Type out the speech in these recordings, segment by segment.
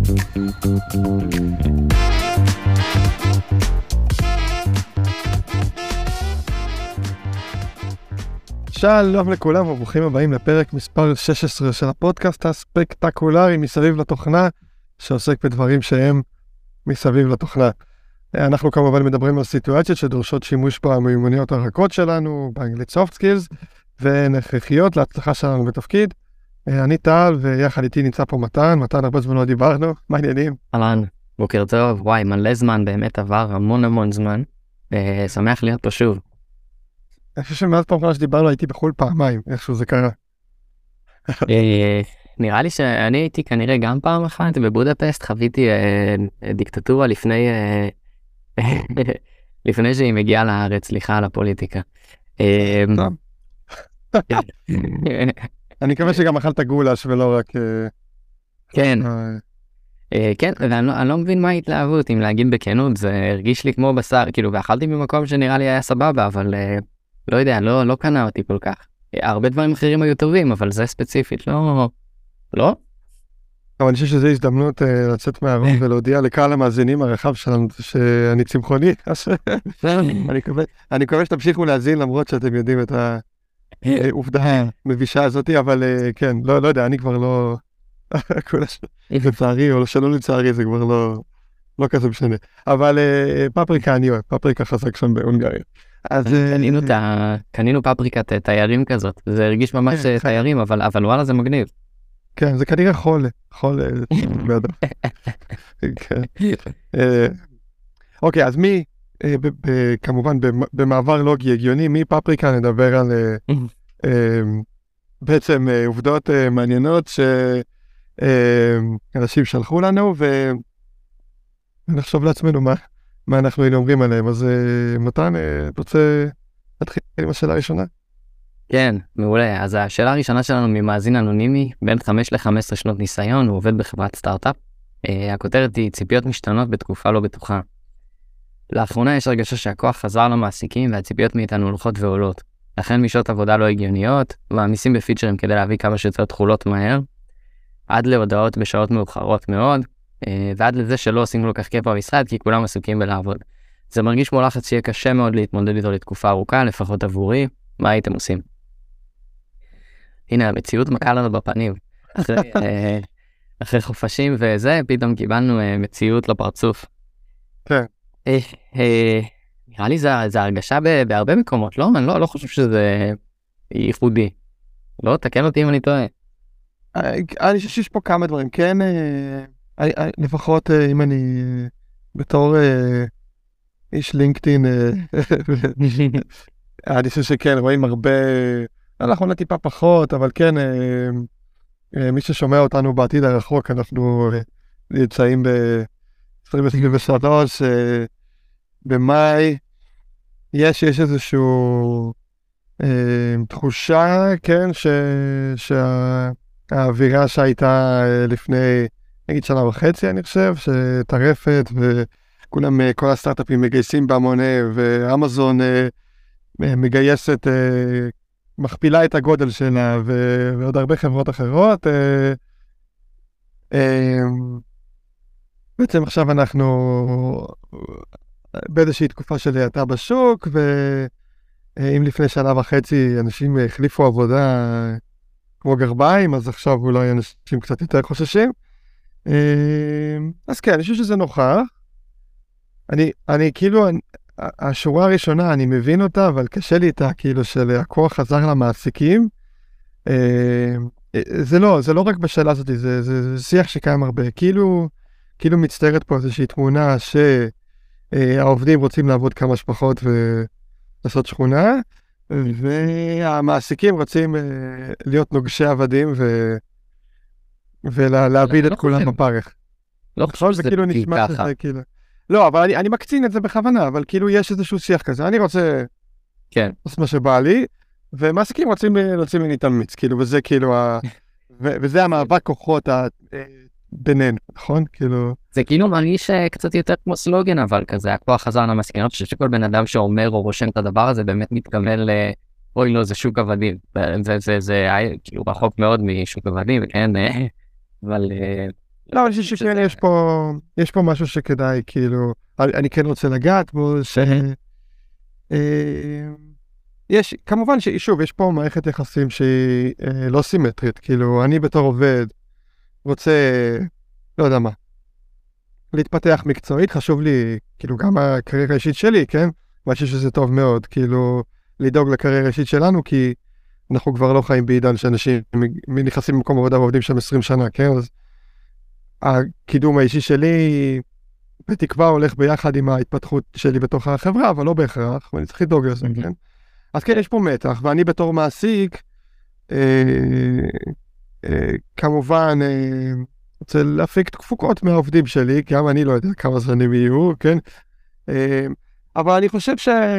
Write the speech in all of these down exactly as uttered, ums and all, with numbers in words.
שלום לכולם וברוכים הבאים לפרק מספר שש עשרה של הפודקאסט הספקטקולרי מסביב לתוכנה, שעוסק בדברים שהם מסביב לתוכנה. אנחנו כמובן מדברים על סיטואציות שדורשות שימוש במיומנויות הרכות שלנו, באנגלית soft skills, והכרחיות להצלחה שלנו בתפקיד. אני טל, ויחד איתי נמצא פה מתן. מתן, הרבה זמן לא דיברנו, מה העניינים? אהלן, בוקר טוב, וואי, מלא זמן, באמת עבר המון המון זמן, ושמח להיות פה שוב. אני חושב שמאז פעם אחרונה שדיברנו הייתי בחול פעמיים, איכשהו זה קרה. נראה לי שאני הייתי כנראה גם פעם אחת בבודפסט, חוויתי דיקטטורה לפני לפני שהיא מגיעה לארץ, סליחה על הפוליטיקה. אני מקווה שגם אכלת גולש ולא רק... כן. כן, ואני לא מבין מה ההתלהבות, אם להגיד בכנות, זה הרגיש לי כמו בשר, כאילו, ואכלתי במקום שנראה לי היה סבבה, אבל לא יודע, לא, לא קנה אותי כל כך. הרבה דברים אחרים היו טובים, אבל זה ספציפית, לא... לא? אבל אני חושב שזו הזדמנות לצאת מהארון ולהודיע לקהל המאזינים הרחב שלנו שאני צמחוני. אני מקווה שתמשיכו להאזין למרות שאתם יודעים את העובדה המבישה הזאת, אבל כן, לא יודע, אני כבר לא... לצערי, או שלא לצערי, זה כבר לא כזה משנה. אבל פפריקה אני אוהב, פפריקה חזק שם בהונגריה. קנינו פפריקת תיירים כזאת, זה הרגיש ממש תיירים, אבל וואלה זה מגניב. כן, זה כנראה חול, חול באדם. אוקיי, אז מי, כמובן במעבר לוגי הגיוני, מפפריקה נדבר על בעצם עובדות מעניינות שאנשים שלחו לנו, ונחשוב לעצמנו מה מה אנחנו היינו אומרים עליהם. אז מתן, אתה רוצה להתחיל עם השאלה הראשונה? כן, מעולה. אז השאלה הראשונה שלנו ממאזין אנונימי, בין חמש ל-חמש עשרה שנות ניסיון, הוא עובד בחברת סטארט-אפ. הכותרת היא ציפיות משתנות בתקופה לא בטוחה. לאחרונה יש הרגשה שהכוח חזר למעסיקים והציפיות מאיתנו הולכות ועולות. לכן משעות עבודה לא הגיוניות, מעמיסים בפיצ'רים כדי להביא כמה שיותר תחולות מהר, עד להודעות בשעות מאוחרות מאוד, ועד לזה שלא עושים כל כך כיף במשרד, כי כולם עסוקים בלעבוד. זה מרגיש כמו לחץ שיהיה קשה מאוד להתמודד איתו לתקופה ארוכה, לפחות עבורי. מה הייתם עושים? הנה, המציאות מכה לנו בפנים. אחרי, אחרי חופשים וזה, פתאום קיבלנו מציאות לפרצוף. כן. נראה לי זה הרגשה בהרבה מקומות, לא? אני לא חושב שזה ייחודי. לא, תקן אותי אם אני טועה. אני חושב שיש פה כמה דברים. כן, לפחות אם אני בתור איש לינקדאין, אני חושב שכן, רואים הרבה, אנחנו נטיפה פחות, אבל כן, מי ששומע אותנו בעתיד הרחוק, אנחנו נמצאים ב-עשרים עשרים ושלוש, במאי, יש, יש איזשהו תחושה, כן, שהאווירה שהייתה לפני, נגיד שנה וחצי, אני חושב, שטרפת, וכולם, כל הסטארט-אפים מגייסים בהמוני, ואמזון מגייסת, מכפילה את הגודל שלה, ועוד הרבה חברות אחרות. בעצם עכשיו אנחנו באיזושהי תקופה של האטה בשוק, ואם לפני שנה וחצי אנשים החליפו עבודה כמו גרביים, אז עכשיו אולי אנשים קצת יותר חוששים. אז כן, אני חושב שזה נוכח. אני, אני כאילו, השורה הראשונה, אני מבין אותה, אבל קשה לי איתה, כאילו, של הכוח חזר למעסיקים. זה לא, זה לא רק בשאלה הזאת, זה, זה, זה שיח שקיים הרבה. כאילו, כאילו מצטיירת פה איזושהי תמונה שהעובדים רוצים לעבוד כמה שפחות ולעשות שכונה, והמעסיקים רוצים להיות נוגשי עבדים ו... ולהביד את כולם בפרך. לא חושב שזה ככה. לא, אבל אני, אני מקצין את זה בכוונה, אבל כאילו יש איזשהו שיח כזה, אני רוצה כן. לעשות מה שבא לי, ומעסיקים רוצים, רוצים להתאמץ, כאילו, וזה כאילו, ה... ו, וזה המאבק כוחות ה... בינינו, נכון? כאילו... זה כאילו מרגיש קצת יותר כמו סלוגן, אבל כזה, הכוח חזר למעסיקים. אני חושב שכל בן אדם שאומר או רושם את הדבר הזה, באמת מתכוון ל... אוי לא, זה שוק עבדים. זה, זה, זה, זה כאילו רחוק מאוד משוק עבדים, כן? אבל לא, אני חושב שכן, יש פה, יש פה משהו שכדאי, כאילו, אני, אני כן רוצה לגעת בו, ש... יש, כמובן ששוב, יש פה מערכת יחסים שהיא אה, לא סימטרית, כאילו, אני בתור עובד רוצה, לא יודע מה, להתפתח מקצועית, חשוב לי, כאילו, גם הקריירה האישית שלי, כן? אני חושב שזה טוב מאוד, כאילו, לדאוג לקריירה האישית שלנו, כי אנחנו כבר לא חיים בעידן שאנשים נכנסים למקום עבודה ועובדים שם עשרים שנה, כן? אז הקידום האישי שלי בתקווה הולך ביחד עם ההתפתחות שלי בתוך החברה, אבל לא בהכרח, ואני צריך לדאוג לזה, כן? אז כן, יש פה מתח, ואני בתור מעסיק, אה, אה, כמובן, אה, רוצה להפיק תפוקות מהעובדים שלי, כי גם אני לא יודע כמה זנים יהיו, כן? אה, אבל אני חושב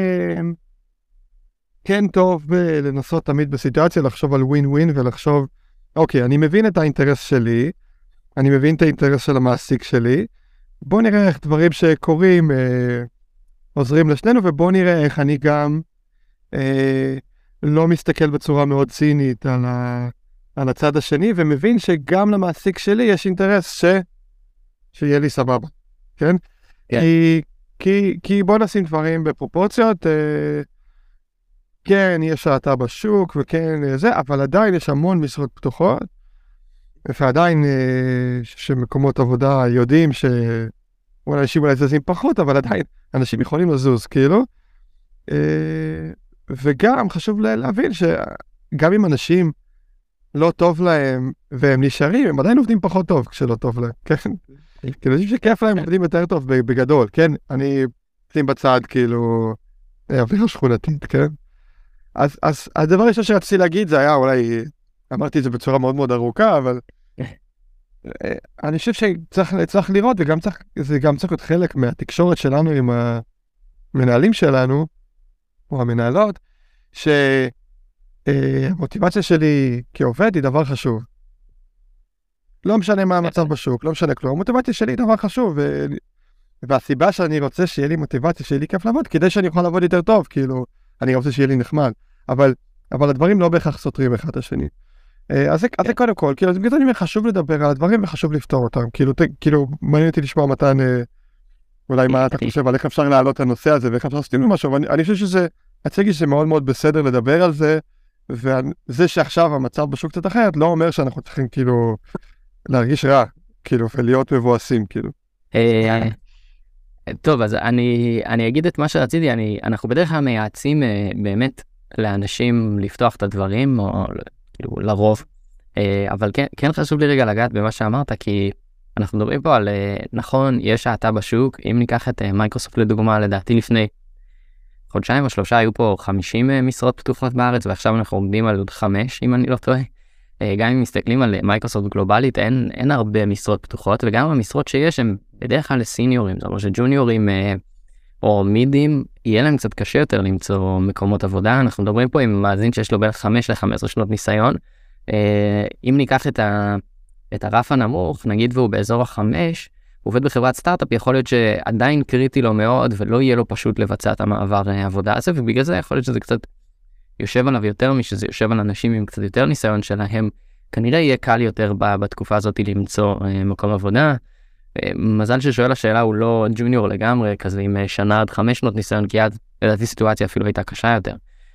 שכן טוב לנסות תמיד בסיטואציה, לחשוב על ווין ווין ולחשוב, אוקיי, אני מבין את האינטרס שלי, אני מבין את האינטרס של המעסיק שלי, בוא נראה איך דברים שקורים אה, עוזרים לשנינו, ובוא נראה איך אני גם אה, לא מסתכל בצורה מאוד צינית על, ה, על הצד השני, ומבין שגם למעסיק שלי יש אינטרס ש, שיהיה לי סבבה, כן? כן. כי, כי, כי בוא נשים דברים בפרופורציות, אה, כן, יש שעתה בשוק, וכן זה, אבל עדיין יש המון משרות פתוחות, ועדיין אה, שמקומות עבודה יודעים ש... אולי אנשים אולי זזים פחות, אבל עדיין אנשים יכולים לזוז, כאילו. אה, וגם חשוב להבין שגם אם אנשים לא טוב להם והם נשארים, הם עדיין עובדים פחות טוב כשלא טוב להם, כן? כאילו, אנשים שכיף להם עובדים יותר טוב בגדול, כן? אני שים בצד, כאילו, אווירה שכונתית, כן? אז, אז הדבר הראשון שרציתי להגיד זה היה, אולי, אמרתי את זה בצורה מאוד מאוד ארוכה, אבל אני חושב שצריך צריך לראות, וגם צריך, זה גם צריך להיות חלק מהתקשורת שלנו עם המנהלים שלנו, או המנהלות, שהמוטיבציה שלי כעובד היא דבר חשוב. לא משנה מה המצב בשוק, לא משנה כלום. המוטיבציה שלי היא דבר חשוב, ו... והסיבה שאני רוצה שיהיה לי מוטיבציה, שיהיה לי כיף לעבוד, כדי שאני אוכל לעבוד יותר טוב, כאילו, אני רוצה שיהיה לי נחמד. אבל, אבל הדברים לא בהכרח סותרים אחד השני. אז זה, אז זה קודם כל, כאילו, בגלל זה חשוב לדבר על הדברים וחשוב לפתור אותם. כאילו, ת, כאילו, מעניין אותי לשמוע מתן, אולי מה אתה חושב על איך אפשר להעלות את הנושא הזה, ואיך אפשר לעשות עם משהו, אבל אני חושב שזה, אני שזה מאוד מאוד בסדר לדבר על זה, וזה שעכשיו המצב בשוק קצת אחרת, לא אומר שאנחנו צריכים, כאילו, להרגיש רע, כאילו, ולהיות מבואסים, כאילו. טוב, אז אני, אני אגיד את מה שרציתי, אני, אנחנו בדרך כלל מייעצים באמת לאנשים לפתוח את הדברים, או כאילו לרוב, אבל כן, כן חשוב לי רגע לגעת במה שאמרת, כי אנחנו מדברים פה על, נכון, יש האטה בשוק, אם ניקח את מייקרוסופט לדוגמה, לדעתי לפני חודשיים או שלושה, היו פה חמישים משרות פתוחות בארץ, ועכשיו אנחנו עומדים על עוד חמש, אם אני לא טועה. גם אם מסתכלים על מייקרוסופט גלובלית, אין, אין הרבה משרות פתוחות, וגם המשרות שיש הם בדרך כלל לסיניורים, זאת אומרת שג'וניורים או מידים, יהיה להם קצת קשה יותר למצוא מקומות עבודה. אנחנו מדברים פה עם מאזין שיש לו בין חמש לחמש עשרה שנות ניסיון. אם ניקח את, ה, את הרף הנמוך, נגיד והוא באזור החמש, הוא עובד בחברת סטארט-אפ, יכול להיות שעדיין קריטי לו מאוד, ולא יהיה לו פשוט לבצע את המעבר העבודה הזה, ובגלל זה יכול להיות שזה קצת יושב עליו יותר משזה יושב על אנשים עם קצת יותר ניסיון שלהם, כנראה יהיה קל יותר בתקופה הזאת למצוא מקום עבודה. מזל ששואל השאלה הוא לא ג'וניור לגמרי, כזה עם שנה עד חמש שנות ניסיון, כי עד לדעתי סיטואציה אפילו הייתה קשה יותר.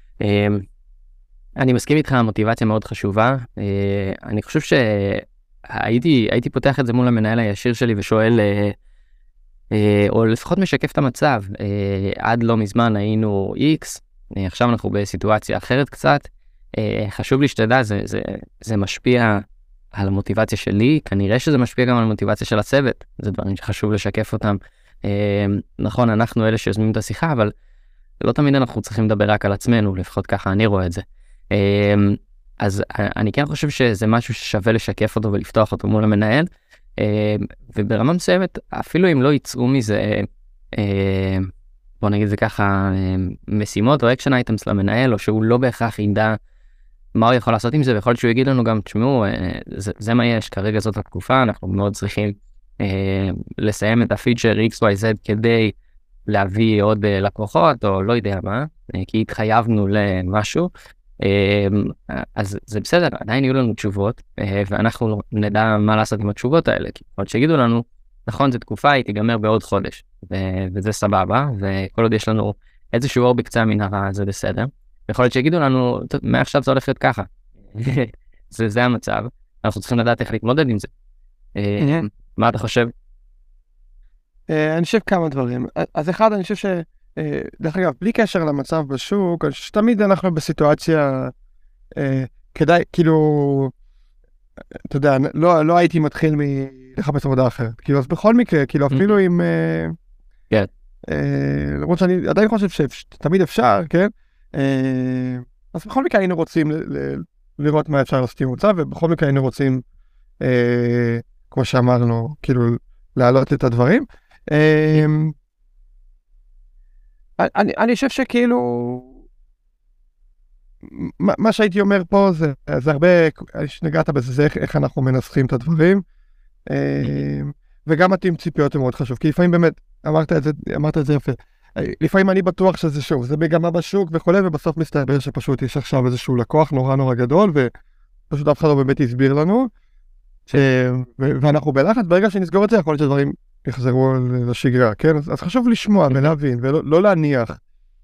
אני מסכים איתך, המוטיבציה מאוד חשובה. אני חושב שהייתי הייתי פותח את זה מול המנהל הישיר שלי ושואל, או לפחות משקף את המצב. עד לא מזמן היינו X, עכשיו אנחנו בסיטואציה אחרת קצת. חשוב לי שתדע, זה, זה, זה משפיע על המוטיבציה שלי, כנראה שזה משפיע גם על המוטיבציה של הצוות, זה דברים שחשוב לשקף אותם. נכון, אנחנו אלה שיוזמים את השיחה, אבל לא תמיד אנחנו צריכים לדבר רק על עצמנו, לפחות ככה אני רואה את זה. אז אני כן חושב שזה משהו ששווה לשקף אותו ולפתוח אותו מול המנהל, וברמה מסוימת, אפילו אם לא יצאו מזה, בוא נגיד זה ככה, משימות או אקשן אייטמס למנהל, או שהוא לא בהכרח ידע מה הוא יכול לעשות עם זה, ויכול להיות שהוא יגיד לנו גם, תשמעו, זה, זה מה יש, כרגע זאת התקופה, אנחנו מאוד צריכים אה, לסיים את הפיצ'ר אקס וואי זד כדי להביא עוד לקוחות, או לא יודע מה, אה, כי התחייבנו למשהו, אז זה בסדר, עדיין יהיו לנו תשובות, ואנחנו נדע מה לעשות עם התשובות האלה, כי עוד שיגידו לנו, נכון, זו תקופה, היא תיגמר בעוד חודש, וזה סבבה, וכל עוד יש לנו איזשהו אור בקצה המנהרה, זה בסדר. יכול להיות שיגידו לנו, מעכשיו זה הולך להיות ככה. זה, זה המצב, אנחנו צריכים לדעת איך להתמודד עם זה. מה אתה חושב? אני חושב כמה דברים. אז אחד, אני חושב ש... דרך אגב, בלי קשר למצב בשוק, שתמיד אנחנו בסיטואציה, כדאי, כאילו, אתה יודע, לא, לא הייתי מתחיל מלחפש עבודה אחרת. כאילו, אז בכל מקרה, כאילו, אפילו אם... כן. למרות שאני עדיין חושב שתמיד אפשר, כן? אז בכל מקרה היינו רוצים לראות מה אפשר לעשות עם מוצא, ובכל מקרה היינו רוצים, כמו שאמרנו, כאילו, להעלות את הדברים. אני, אני חושב שכאילו, מה, מה שהייתי אומר פה זה, זה הרבה, נגעת בזה, זה איך, איך אנחנו מנסחים את הדברים, וגם מתאים ציפיות זה מאוד חשוב, כי לפעמים באמת, אמרת את זה, אמרת את זה יפה, לפעמים אני בטוח שזה שוב, זה מגמה בשוק וכולי, ובסוף מסתבר שפשוט יש עכשיו איזשהו לקוח נורא נורא גדול, ופשוט אף אחד לא באמת הסביר לנו, ואנחנו בלחץ, ברגע שנסגור את זה, יכול להיות שדברים יחזרו לשגרה, כן? אז חשוב לשמוע ולהבין, ולא להניח.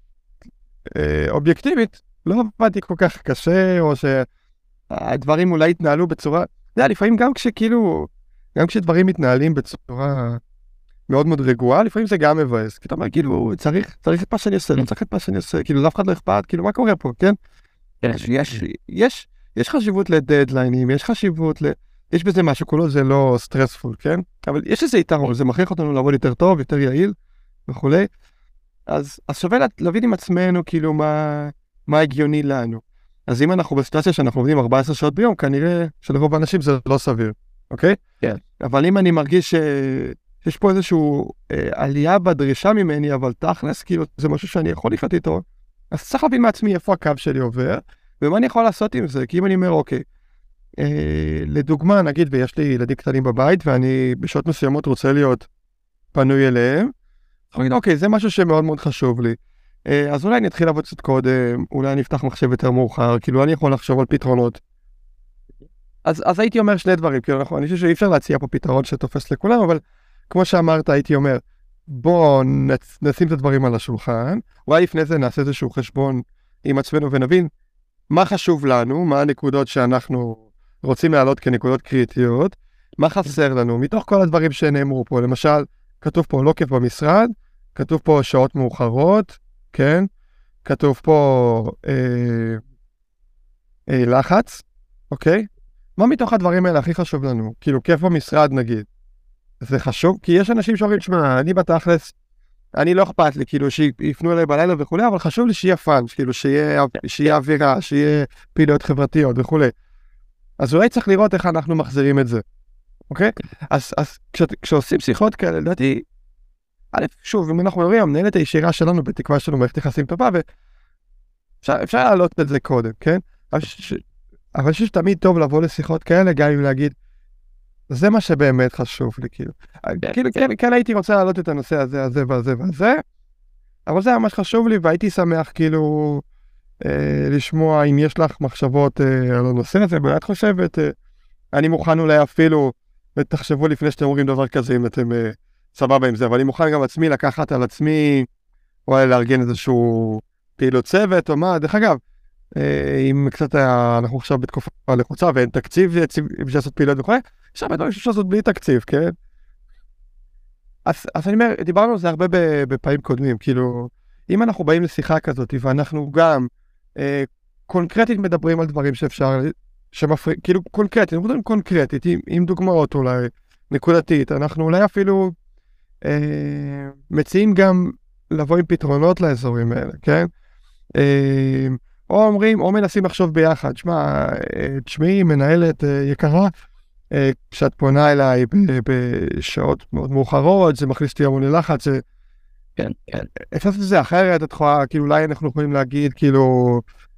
אובייקטיבית, לא עבדתי כל כך קשה, או שהדברים אולי התנהלו בצורה... אתה יודע, לפעמים גם כשכאילו, גם כשדברים מתנהלים בצורה מאוד מאוד רגועה, לפעמים זה גם מבאס. כי אתה אומר, כאילו, צריך, צריך את מה שאני עושה, לא צריך את מה שאני עושה, כאילו, אף אחד לא אכפת, כאילו, מה קורה פה, כן? יש, יש, יש חשיבות לדדליינים, יש חשיבות ל... יש בזה משהו, כולו זה לא סטרספול, כן? אבל יש איזה יתרון, זה מכריח אותנו לעבוד יותר טוב, יותר יעיל, וכולי. אז, אז שווה להבין עם עצמנו, כאילו, מה, מה הגיוני לנו. אז אם אנחנו בסיטואציה שאנחנו עובדים ארבע עשרה שעות ביום, כנראה שלרוב האנשים זה לא סביר, אוקיי? כן. אבל אם אני מרגיש ש... שיש פה איזשהו אה, עלייה בדרישה ממני, אבל תכלס, כאילו, זה משהו שאני יכול לחיות איתו, אז צריך להבין מעצמי איפה הקו שלי עובר, ומה אני יכול לעשות עם זה, כי אם אני אומר, אוקיי, Uh, לדוגמה, נגיד, ויש לי ילדים קטנים בבית, ואני בשעות מסוימות רוצה להיות פנוי אליהם, אוקיי, זה משהו שמאוד מאוד חשוב לי. Uh, אז אולי אני אתחיל לעבוד קצת קודם, אולי אני אפתח מחשב יותר מאוחר, כאילו אני יכול לחשוב על פתרונות. אז, אז הייתי אומר שני דברים, כאילו נכון, אני חושב שאי אפשר להציע פה פתרון שתופס לכולם, אבל כמו שאמרת, הייתי אומר, בואו נצ... נשים את הדברים על השולחן, אולי לפני זה נעשה איזשהו חשבון עם עצמנו ונבין מה חשוב לנו, מה הנקודות שאנחנו רוצים להעלות כנקודות קריטיות, מה חסר לנו, מתוך כל הדברים שנאמרו פה, למשל, כתוב פה לא כיף במשרד, כתוב פה שעות מאוחרות, כן? כתוב פה אה, אה, לחץ, אוקיי? מה מתוך הדברים האלה הכי חשוב לנו? כאילו, כיף במשרד נגיד. זה חשוב, כי יש אנשים שאומרים, שמע, אני בתכלס, אני לא אכפת לי, כאילו, שיפנו אליי בלילה וכולי, אבל חשוב לי שיהיה פאן, כאילו, שיהיה, שיהיה אווירה, שיהיה פעילויות חברתיות וכולי. אז אולי צריך לראות איך אנחנו מחזירים את זה, אוקיי? אז, אז כש, כשעושים שיחות כאלה, לדעתי, א', שוב, אם אנחנו מדברים, המנהלת הישירה שלנו, בתקווה שלנו, מערכת יחסים טובה, ואפשר, אפשר להעלות את זה קודם, כן? אבל ש, אבל אני חושב שתמיד טוב לבוא לשיחות כאלה, גם אם להגיד, זה מה שבאמת חשוב לי, כאילו. כאילו, כן, כן הייתי רוצה להעלות את הנושא הזה, הזה והזה והזה, אבל זה ממש חשוב לי, והייתי שמח, כאילו, אה, לשמוע אם יש לך מחשבות אה, על הנושא הזה, ואת חושבת, אה, אני מוכן אולי אפילו, ותחשבו לפני שאתם אומרים דבר כזה, אם אתם אה, סבבה עם זה, אבל אני מוכן גם עצמי לקחת על עצמי, או לארגן איזשהו פעילות צוות, או מה, דרך אגב, אם קצת אנחנו עכשיו בתקופה לחוצה ואין תקציב בשביל לעשות פעילות וכו', יש הרבה דברים שאפשר לעשות בלי תקציב, כן? אז, אז אני אומר, דיברנו על זה הרבה בפעמים קודמים, כאילו, אם אנחנו באים לשיחה כזאת, ואנחנו גם אה, קונקרטית מדברים על דברים שאפשר, שמפריע, כאילו קונקרטית, אנחנו מדברים קונקרטית, עם, עם דוגמאות אולי, נקודתית, אנחנו אולי אפילו אה, מציעים גם לבוא עם פתרונות לאזורים האלה, כן? אה, או אומרים, או מנסים לחשוב ביחד, שמע, תשמעי, מנהלת יקרה, כשאת פונה אליי בשעות מאוד מאוחרות, זה מכניס אותי המון ללחץ, כן, כן. אפשר לעשות את זה אחרת, את יכולה, כאילו, אולי אנחנו יכולים להגיד, כאילו,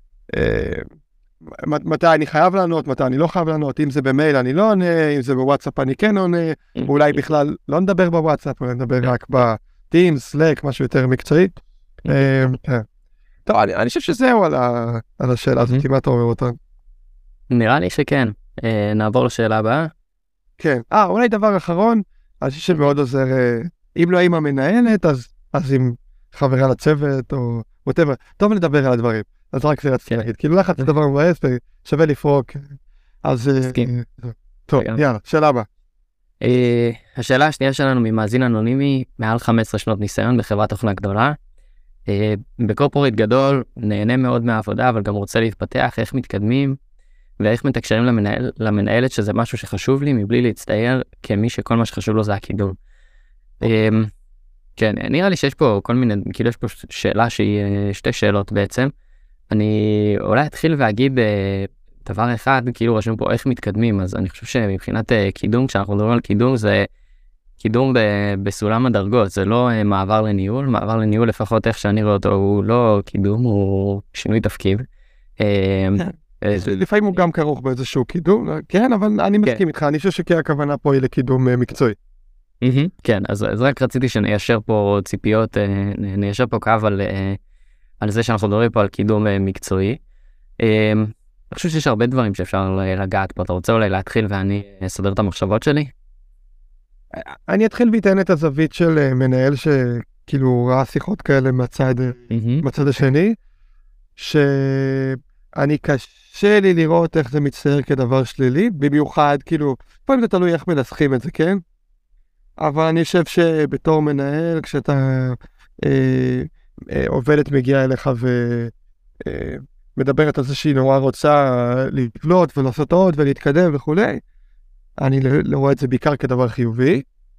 מתי אני חייב לענות, מתי אני לא חייב לענות, אם זה במייל אני לא עונה, אם זה בוואטסאפ אני כן עונה, ואולי בכלל לא נדבר בוואטסאפ, אולי נדבר רק בטימס, סלאק, משהו יותר מקצועי. כן. טוב, אני, אני חושב שזהו על, ה, על השאלה הזאת, מה אתה אומר אותה? נראה לי שכן. אה, נעבור לשאלה הבאה. כן. אה, אולי דבר אחרון, אני חושב שמאוד עוזר, אה, אם לא עם המנהלת, אז, אז עם חברה לצוות, או whatever. טוב לדבר על הדברים. אז רק זה רציתי להגיד. כאילו לחץ זה דבר מבאס, ושווה לפרוק. אז... מסכים. אה, טוב, יאללה, שאלה הבאה. אה, השאלה השנייה שלנו ממאזין אנונימי, מעל חמש עשרה שנות ניסיון בחברת תוכנה גדולה. אה, בקורפורט גדול, נהנה מאוד מהעבודה, אבל גם רוצה להתפתח, איך מתקדמים, ואיך מתקשרים למנהל, למנהלת שזה משהו שחשוב לי, מבלי להצטייר כמי שכל מה שחשוב לו זה הקידום. אה, כן, נראה לי שיש פה כל מיני, כאילו יש פה שאלה שהיא שתי שאלות בעצם. אני אולי אתחיל ואגיד דבר אחד, כאילו רשום פה איך מתקדמים, אז אני חושב שמבחינת קידום, כשאנחנו מדברים על קידום, זה קידום ב- בסולם הדרגות, זה לא מעבר לניהול, מעבר לניהול לפחות איך שאני רואה אותו, הוא לא קידום, הוא שינוי תפקיד. לפעמים הוא גם כרוך באיזשהו קידום, כן, אבל אני מסכים איתך, אני חושב שהכוונה פה היא לקידום מקצועי. כן, אז רק רציתי שניישר פה ציפיות, ניישר פה קו על... על זה שאנחנו מדברים פה על קידום מקצועי. אני חושב שיש הרבה דברים שאפשר לגעת פה. אתה רוצה אולי להתחיל ואני אסדר את המחשבות שלי? אני אתחיל ואתן את הזווית של מנהל שכאילו ראה שיחות כאלה מהצד, מהצד השני, שאני קשה לי לראות איך זה מצטייר כדבר שלילי, במיוחד כאילו, פעמים זה תלוי איך מנסחים את זה, כן? אבל אני חושב שבתור מנהל, כשאתה... אה, עובדת מגיעה אליך ומדברת על זה שהיא נורא רוצה לבלוט ולעשות עוד ולהתקדם וכולי. אני לא רואה את זה בעיקר כדבר חיובי.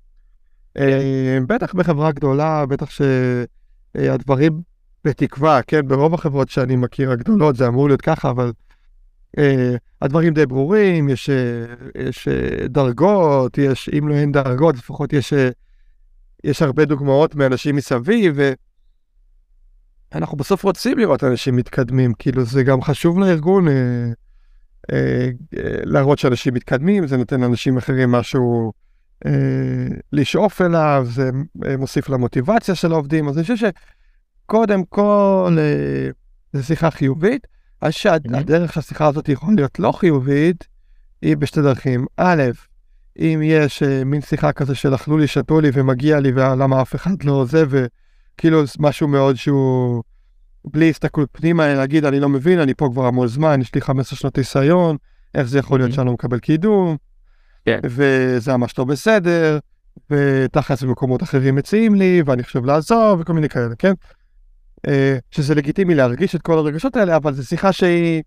בטח בחברה גדולה, בטח שהדברים בתקווה, כן, ברוב החברות שאני מכיר הגדולות זה אמור להיות ככה, אבל הדברים די ברורים, יש, יש דרגות, יש, אם לא אין דרגות, לפחות יש, יש הרבה דוגמאות מאנשים מסביב, ו... אנחנו בסוף רוצים לראות אנשים מתקדמים, כאילו זה גם חשוב לארגון אה, אה, אה, להראות שאנשים מתקדמים, זה נותן לאנשים אחרים משהו אה, לשאוף אליו, זה אה, מוסיף למוטיבציה של העובדים, אז אני חושב שקודם כל אה, זה שיחה חיובית, אז שהדרך שהשיחה הזאת יכולה להיות לא חיובית, היא בשתי דרכים. א', אם יש אה, מין שיחה כזה של אכלו לי, שתו לי ומגיע לי ולמה אף אחד לא עוזב, ו... כאילו משהו מאוד שהוא בלי הסתכלות פנימה, להגיד אני לא מבין, אני פה כבר המון זמן, יש לי חמש עשרה שנות ניסיון, איך זה יכול להיות שאני לא מקבל קידום, וזה ממש לא בסדר, ותחת במקומות אחרים מציעים לי, ואני חושב לעזור, וכל מיני כאלה, כן? שזה לגיטימי להרגיש את כל הרגשות האלה, אבל זו שיחה שהיא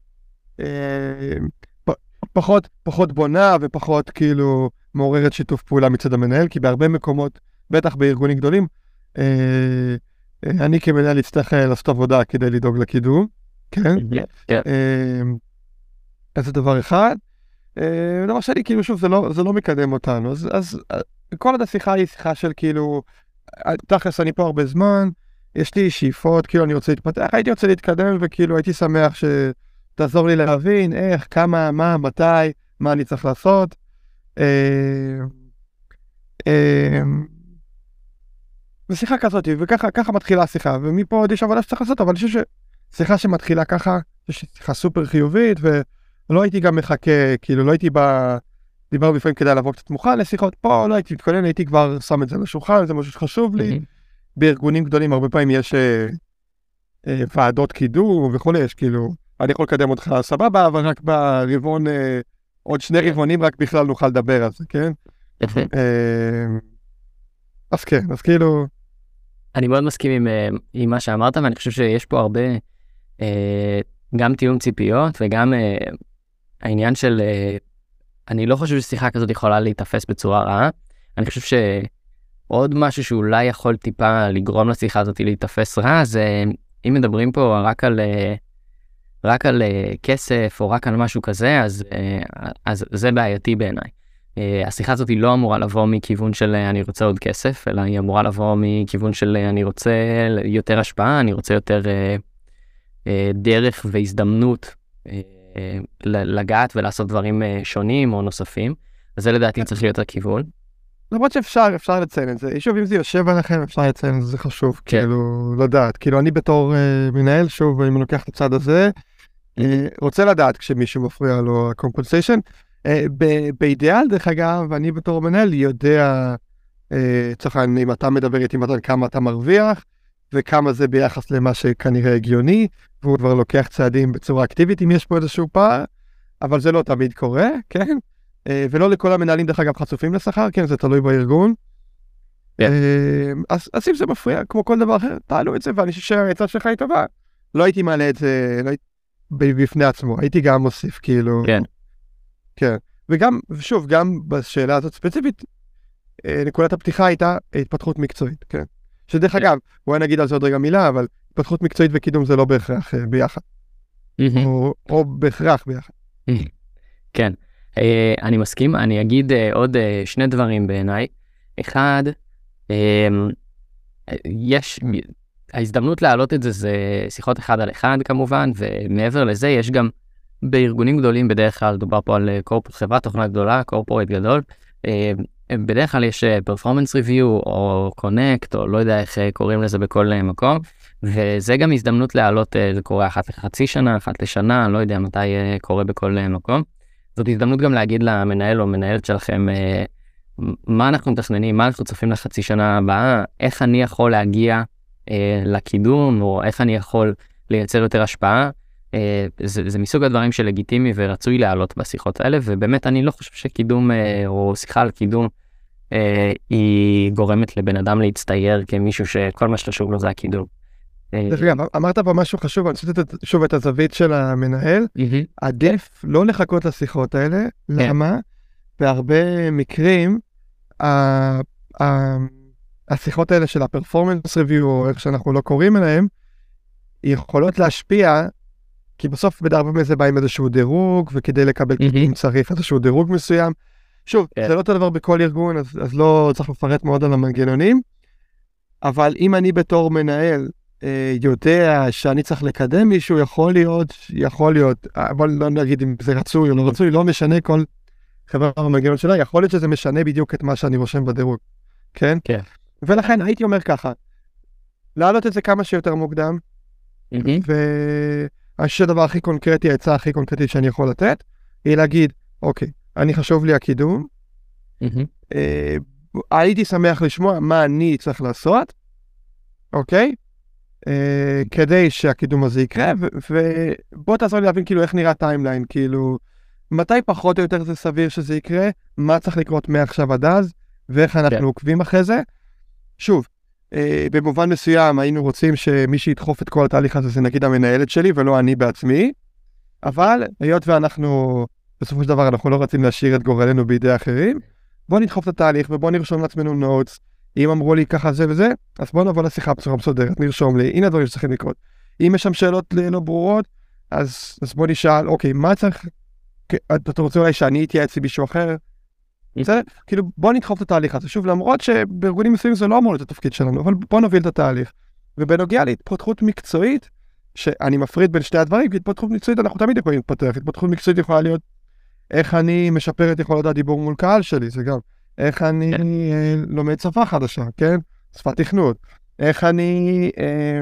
פחות, פחות בונה, ופחות כאילו מעוררת שיתוף פעולה מצד המנהל, כי בהרבה מקומות, בטח בארגונים גדולים, אני כמנהל אצטרך לעשות עבודה כדי לדאוג לקידום, כן? אז זה דבר אחד. דבר שני, כאילו שוב, זה לא מקדם אותנו, אז כל עוד השיחה היא שיחה של כאילו, תכלס אני פה הרבה זמן, יש לי שאיפות, כאילו אני רוצה להתפתח, הייתי רוצה להתקדם וכאילו הייתי שמח שתעזור לי להבין איך, כמה, מה, מתי, מה אני צריך לעשות. ושיחה כזאת, וככה ככה מתחילה השיחה, ומפה עוד יש עבודה שצריך לעשות, אבל אני חושב ששיחה שמתחילה ככה, יש שיחה סופר חיובית, ולא הייתי גם מחכה, כאילו לא הייתי בא, דיברנו לפעמים כדאי לבוא קצת מוכן לשיחות, פה לא הייתי מתכונן, הייתי כבר שם את זה לשולחן, זה משהו שחשוב לי. בארגונים גדולים הרבה פעמים יש אה, אה, ועדות קידום וכו', יש כאילו, אני יכול לקדם אותך סבבה, אבל רק ברבעון, אה, עוד שני רבעונים רק בכלל נוכל לדבר על זה, כן? יפה. אה, אז כן, אז כאילו... אני מאוד מסכים עם, עם מה שאמרת, ואני חושב שיש פה הרבה, אה, גם תיאום ציפיות, וגם אה, העניין של, אה, אני לא חושב ששיחה כזאת יכולה להתאפס בצורה רעה, אני חושב שעוד משהו שאולי יכול טיפה לגרום לשיחה הזאת להתאפס רע, זה אם מדברים פה רק על, אה, רק על אה, כסף, או רק על משהו כזה, אז, אה, אז זה בעייתי בעיניי. השיחה הזאת היא לא אמורה לבוא מכיוון של אני רוצה עוד כסף, אלא היא אמורה לבוא מכיוון של אני רוצה יותר השפעה, אני רוצה יותר אה, אה, דרך והזדמנות אה, לגעת ולעשות דברים אה, שונים או נוספים. אז זה לדעתי צריך להיות הכיוון. למרות שאפשר, אפשר לציין את זה. שוב, אם זה יושב עליכם, אפשר לציין את זה, זה חשוב, כאילו, לדעת. כאילו, אני בתור מנהל, שוב, אם אני לוקח את הצד הזה, רוצה לדעת כשמישהו מפריע לו ה-compensation. באידיאל, דרך אגב, אני בתור מנהל יודע, צריך להגיד, אם אתה מדבר איתי מתן כמה אתה מרוויח, וכמה זה ביחס למה שכנראה הגיוני, והוא כבר לוקח צעדים בצורה אקטיבית, אם יש פה איזשהו פער, אבל זה לא תמיד קורה, כן? ולא לכל המנהלים, דרך אגב, חשופים לשכר, כן? זה תלוי בארגון. Yeah. אז, אז אם זה מפריע, כמו כל דבר אחר, תעלו את זה, ואני חושב שהעצה שלך היא טובה. לא הייתי מעלה את זה, לא הייתי בפני עצמו, הייתי גם מוסיף, כאילו... כן. כן. וגם, שוב, גם בשאלה הזאת ספציפית, נקודת הפתיחה הייתה התפתחות מקצועית, כן? שדרך אגב, בואי נגיד על זה עוד רגע מילה, אבל התפתחות מקצועית וקידום זה לא בהכרח ביחד. או, או בהכרח ביחד. כן, אני מסכים, אני אגיד עוד שני דברים בעיניי. אחד, יש, ההזדמנות להעלות את זה זה שיחות אחד על אחד כמובן, ומעבר לזה יש גם בארגונים גדולים, בדרך כלל דובר פה על קורפורט, חברת תוכנה גדולה, קורפורט גדול, בדרך כלל יש פרפורמנס ריוויו או קונקט או לא יודע איך קוראים לזה בכל מקום, וזה גם הזדמנות להעלות, זה קורה אחת לחצי שנה, אחת לשנה, לא יודע מתי קורה בכל מקום. זאת הזדמנות גם להגיד למנהל או מנהלת שלכם מה אנחנו מתכננים, מה אנחנו צופים לחצי שנה הבאה, איך אני יכול להגיע לקידום או איך אני יכול לייצר יותר השפעה. זה, זה מסוג הדברים שלגיטימי ורצוי להעלות בשיחות האלה, ובאמת אני לא חושב שקידום או שיחה על קידום היא גורמת לבן אדם להצטייר כמישהו שכל מה שחשוב לו זה הקידום. דרך אגב, אמרת פה משהו חשוב, אני רוצה לתת שוב את הזווית של המנהל, עדיף לא לחכות לשיחות האלה, למה? בהרבה מקרים, השיחות האלה של הפרפורמנס ריוויו, או איך שאנחנו לא קוראים אליהם, יכולות להשפיע, כי בסוף בדרבה מזה בא עם איזשהו דירוג, וכדי לקבל קידום צריך איזשהו דירוג מסוים. שוב, זה לא אותו דבר בכל ארגון, אז לא צריך לפרט מאוד על המנגנונים, אבל אם אני בתור מנהל יודע שאני צריך לקדם מישהו, יכול להיות, יכול להיות, אבל לא נגיד אם זה רצוי או לא רצוי, לא משנה כל חברה במנגנון שלה, יכול להיות שזה משנה בדיוק את מה שאני רושם בדירוג, כן? כן. ולכן הייתי אומר ככה, להעלות את זה כמה שיותר מוקדם, והדבר הכי קונקרטי, העצה הכי קונקרטית שאני יכול לתת, היא להגיד, אוקיי, אני חשוב לי הקידום, הייתי שמח לשמוע מה אני צריך לעשות, אוקיי? כדי שהקידום הזה יקרה, ובוא תעזור לי להבין כאילו איך נראה טיימליין, כאילו, מתי פחות או יותר זה סביר שזה יקרה, מה צריך לקרות מעכשיו עד אז, ואיך אנחנו עוקבים אחרי זה. שוב, במובן מסוים היינו רוצים שמי שידחוף את כל התהליך הזה זה נגיד המנהלת שלי ולא אני בעצמי, אבל היות ואנחנו בסופו של דבר אנחנו לא רוצים להשאיר את גורלנו בידי אחרים, בוא נדחוף את התהליך ובוא נרשום לעצמנו נוטס, אם אמרו לי ככה זה וזה, אז בוא נבוא לשיחה בצורה מסודרת, נרשום לי, הנה הדברים שצריכים לקרות. אם יש שם שאלות לא ברורות, אז, אז בוא נשאל, אוקיי, מה צריך, אתה רוצה אולי שאני אתייעץ עם מישהו אחר? בסדר? כאילו, בוא נדחוף את התהליך הזה. שוב, למרות שבארגונים מסוימים זה לא אמור להיות התפקיד שלנו, אבל בוא נוביל את התהליך. ובנוגע להתפתחות מקצועית, שאני מפריד בין שתי הדברים, כי התפתחות מקצועית אנחנו תמיד יכולים להתפתח. התפתחות מקצועית יכולה להיות איך אני משפר את יכולות הדיבור מול קהל שלי, זה גם איך אני אה, לומד שפה חדשה, כן? שפת תכנות. איך אני אה,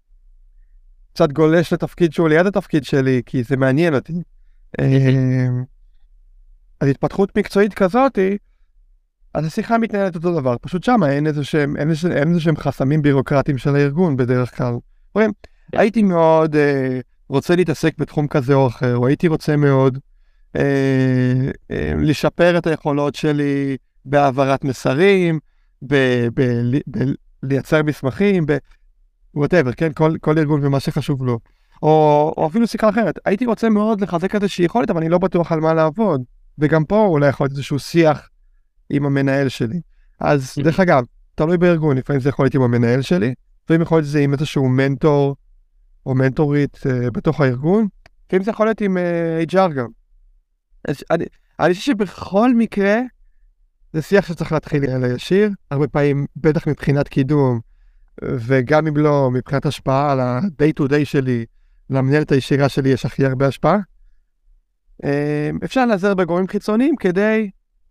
קצת גולש לתפקיד שהוא ליד התפקיד שלי, כי זה מעניין אותי. אה, אז התפתחות מקצועית כזאת, אז השיחה מתנהלת אותו דבר. פשוט שם אין איזה שהם, אין איזה, אין איזה שהם חסמים בירוקרטיים של הארגון בדרך כלל. רואים, הייתי מאוד אה, רוצה להתעסק בתחום כזה או אחר, או הייתי רוצה מאוד אה, אה, לשפר את היכולות שלי בהעברת מסרים, ב- ב- ב- לייצר מסמכים, ב- whatever, כן? כל, כל ארגון ומה שחשוב לו. או, או אפילו שיחה אחרת. הייתי רוצה מאוד לחזק איזושהי יכולת, אבל אני לא בטוח על מה לעבוד. וגם פה אולי יכול להיות איזשהו שיח עם המנהל שלי. אז דרך אגב, תלוי בארגון, לפעמים זה יכול להיות עם המנהל שלי, לפעמים יכול להיות זה עם איזשהו מנטור או מנטורית uh, בתוך הארגון, לפעמים זה יכול להיות עם uh, אייץ' אר גם. אז אני, אני חושב שבכל מקרה, זה שיח שצריך להתחיל אל הישיר, הרבה פעמים בטח מבחינת קידום, וגם אם לא, מבחינת השפעה על ה-day to day שלי, למנהלת הישירה שלי יש הכי הרבה השפעה. אפשר לעזר בגורמים חיצוניים כדי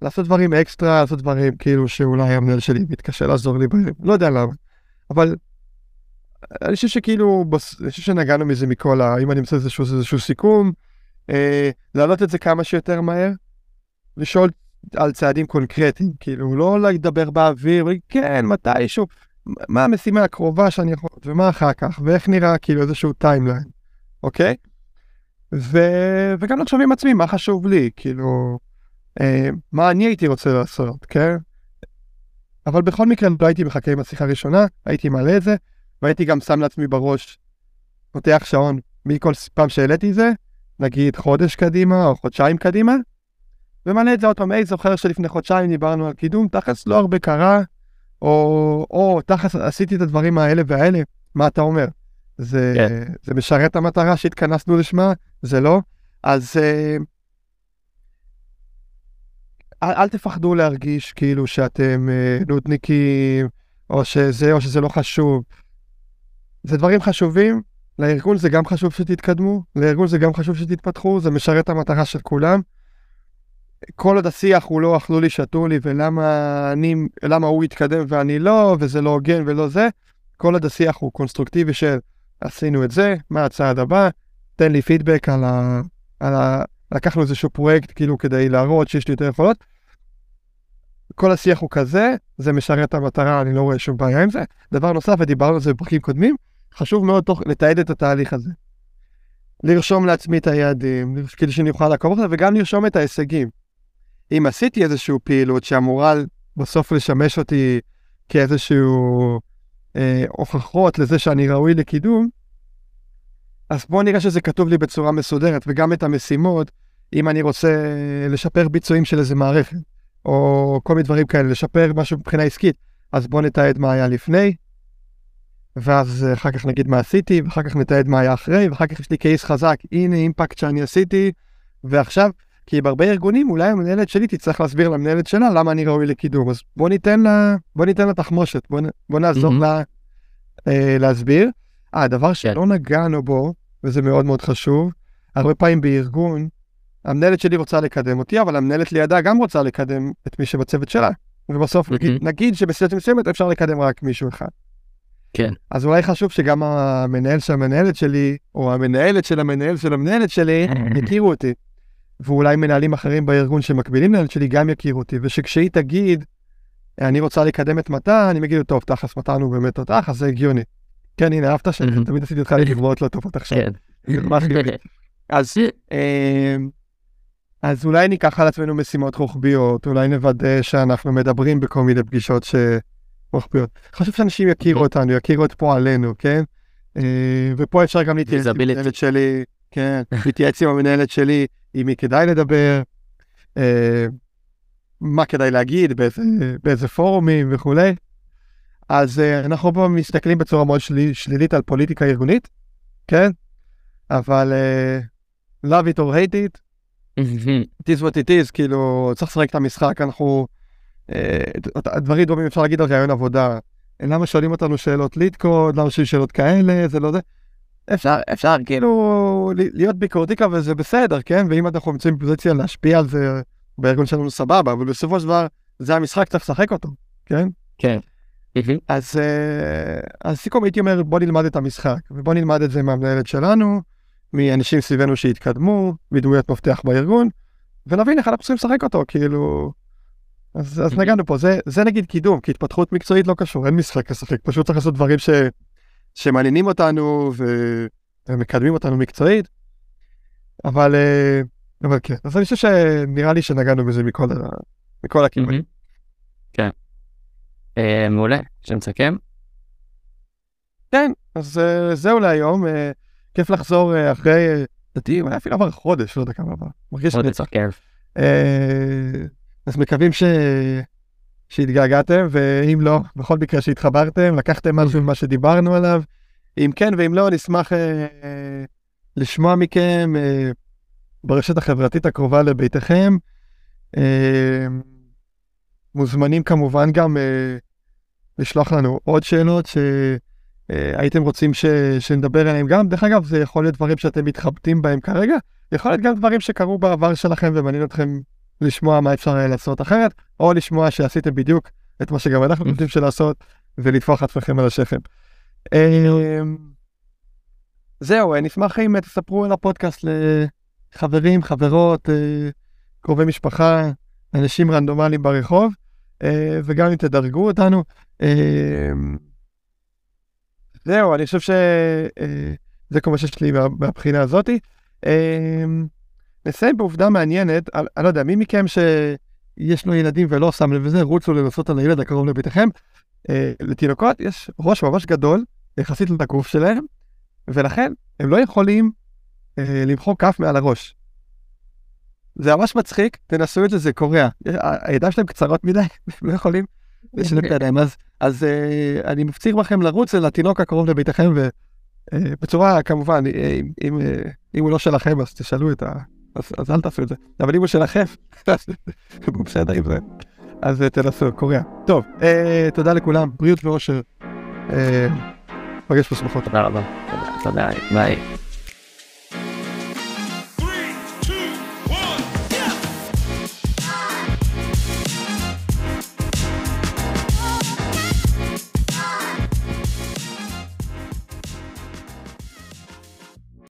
לעשות דברים אקסטרה, לעשות דברים כאילו שאולי המנהל שלי מתקשה לעזור לי בהם, לא יודע למה. אבל אני חושב שכאילו, אני חושב שנגענו מזה מכל ה... אם אני מצא איזשהו, איזשהו סיכום, אה, להעלות את זה כמה שיותר מהר, לשאול על צעדים קונקרטיים, כאילו, לא לדבר באוויר, כן, מתישהו, מה המשימה הקרובה שאני יכול, ומה אחר כך, ואיך נראה כאילו איזשהו טיימליין, אוקיי? ו... וגם לחשוב עם עצמי, מה חשוב לי, כאילו, אה, מה אני הייתי רוצה לעשות, כן? אבל בכל מקרה, לא הייתי מחכה עם השיחה הראשונה, הייתי מעלה את זה, והייתי גם שם לעצמי בראש, פותח שעון, מכל פעם שהעליתי את זה, נגיד חודש קדימה או חודשיים קדימה, ומעלה את זה עוד פעם, היי, זוכר שלפני חודשיים דיברנו על קידום, תכלס לא הרבה קרה, או, או תכלס עשיתי את הדברים האלה והאלה, מה אתה אומר? זה, yeah. זה משרת המטרה שהתכנסנו לשמה, זה לא? אז אה, אל, אל תפחדו להרגיש כאילו שאתם אה, נודניקים, או שזה, או שזה לא חשוב. זה דברים חשובים, לארגון זה גם חשוב שתתקדמו, לארגון זה גם חשוב שתתפתחו, זה משרת המטרה של כולם. כל עוד השיח הוא לא אכלו לי, שתו לי, ולמה אני, למה הוא יתקדם ואני לא, וזה לא הוגן ולא זה, כל עוד השיח הוא קונסטרוקטיבי של עשינו את זה, מה הצעד הבא, תן לי פידבק על ה... על ה... לקחנו איזשהו פרויקט כאילו כדי להראות שיש לי יותר יכולות. כל השיח הוא כזה, זה משרת המטרה, אני לא רואה שום בעיה עם זה. דבר נוסף, ודיברנו על זה בפרקים קודמים, חשוב מאוד תוך, לתעד את התהליך הזה. לרשום לעצמי את היעדים, כדי שאני אוכל לעקוב אחרי זה, וגם לרשום את ההישגים. אם עשיתי איזשהו פעילות שאמורה בסוף לשמש אותי כאיזשהו אה, הוכחות לזה שאני ראוי לקידום, אז בואו נראה שזה כתוב לי בצורה מסודרת, וגם את המשימות, אם אני רוצה לשפר ביצועים של איזה מערכת, או כל מיני דברים כאלה, לשפר משהו מבחינה עסקית, אז בואו נתעד מה היה לפני, ואז אחר כך נגיד מה עשיתי, ואחר כך נתעד מה היה אחרי, ואחר כך יש לי קייס חזק, הנה אימפקט שאני עשיתי, ועכשיו, כי בהרבה ארגונים, אולי המנהלת שלי תצטרך להסביר למנהלת שלה למה אני ראוי לקידום, אז בוא ניתן לה, בוא ניתן לה תחמושת, בוא, בוא נעזור mm-hmm. לה אה, להסביר. אה, הדבר שלא yeah. נגענו בו, וזה מאוד מאוד חשוב, הרבה פעמים בארגון, המנהלת שלי רוצה לקדם אותי, אבל המנהלת לידה גם רוצה לקדם את מי שבצוות שלה, ובסוף mm-hmm. נגיד, נגיד שבסביבת מסוימת אפשר לקדם רק מישהו אחד. כן. אז אולי חשוב שגם המנהל של המנהלת שלי, או המנהלת של המנהל של המנהלת שלי, יכירו אותי. ואולי מנהלים אחרים בארגון שמקבילים מנהלת שלי גם יכירו אותי, ושכשהיא תגיד, אני רוצה לקדם את מתה, אני מגיד, טוב, תחס מתן הוא באמת אותך, אז זה הגיוני. כן, הנה, אהבת שתמיד עשיתי אותך לגבוהות לא טובות עכשיו. אז, אז אולי ניקח על עצמנו משימות רוחביות, אולי נוודא שאנחנו מדברים בכל מיני פגישות רוחביות. חשוב שאנשים יכירו אותנו, יכירו את פה עלינו, כן? ופה אפשר גם להתייעץ עם המנהלת שלי, כן, להתייעץ עם המנהלת שלי, עם מי כדאי לדבר, אה, מה כדאי להגיד, באיזה, באיזה פורומים וכו'. אז אה, אנחנו פה מסתכלים בצורה מאוד שלי, שלילית על פוליטיקה ארגונית, כן? אבל אה, love it or hate it, it is what it is, כאילו צריך לשחק את המשחק, אנחנו, אה, דברים דומים אפשר להגיד על רעיון עבודה, למה שואלים אותנו שאלות ליטקוד, למה שואלים שאלות כאלה, זה לא זה. אפשר, אפשר כאילו להיות ביקורתיקה וזה בסדר, כן? ואם אנחנו נמצאים בפוזיציה להשפיע על זה בארגון שלנו סבבה, אבל בסופו של דבר זה המשחק, צריך לשחק אותו, כן? כן. אז, אז סיכום הייתי אומר, בוא נלמד את המשחק, ובוא נלמד את זה מהמנהלת שלנו, מאנשים סביבנו שהתקדמו, מדמויות מפתח בארגון, ונבין איך אנחנו צריכים לשחק אותו, כאילו... אז, אז נגענו פה, זה, זה נגיד קידום, כי התפתחות מקצועית לא קשור, אין משחק לשחק, פשוט צריך לעשות דברים ש... שמעניינים אותנו ומקדמים אותנו מקצועית, אבל, אבל כן, אז אני חושב שנראה לי שנגענו בזה מכל, מכל הכיוונים. כן. מעולה, שנסכם? כן, אז זהו להיום, כיף לחזור אחרי, דתי, אולי אפילו עבר חודש, לא יודע כמה עבר, מרגיש נצח. אז מקווים ש... שהתגעגעתם, ואם לא, בכל מקרה שהתחברתם, לקחתם משהו ממה שדיברנו עליו, אם כן ואם לא, נשמח אה, אה, לשמוע מכם אה, ברשת החברתית הקרובה לביתכם. אה, מוזמנים כמובן גם אה, לשלוח לנו עוד שאלות שהייתם אה, רוצים ש, שנדבר עליהם גם. דרך אגב, זה יכול להיות דברים שאתם מתחבטים בהם כרגע, יכול להיות גם דברים שקרו בעבר שלכם ומעניין אתכם לשמוע מה אפשר לעשות אחרת, או לשמוע שעשיתם בדיוק את מה שגם אנחנו רוצים שלעשות, ולטפוח עצמכם על השכם. זהו, נשמח אם תספרו על הפודקאסט לחברים, חברות, קרובי משפחה, אנשים רנדומליים ברחוב, וגם אם תדרגו אותנו. זהו, אני חושב שזה כל מה שיש לי מהבחינה הזאת. נסיים בעובדה מעניינת, אני לא יודע, מי מכם שיש לו ילדים ולא שם לב וזה, רוצו לנסות על הילד הקרוב לביתכם. לתינוקות יש ראש ממש גדול, יחסית לגוף שלהם, ולכן הם לא יכולים למחוא כף מעל הראש. זה ממש מצחיק, תנסו את זה, זה קורע. הידיים שלהם קצרות מדי, הם לא יכולים לשלם את הידיים. אז, אז uh, אני מפציר בכם לרוץ לתינוק הקרוב לביתכם, ובצורה, uh, כמובן, אם, אם, uh, אם הוא לא שלכם, אז תשאלו את ה... אז, אז אל תעשו את זה. אבל אם הוא שלכם, הוא בסדר עם זה. אז uh, תנסו, קורע. טוב, uh, תודה לכולם, בריאות ואושר. Uh, פגש בשמחות. תודה רבה. תודה, ביי.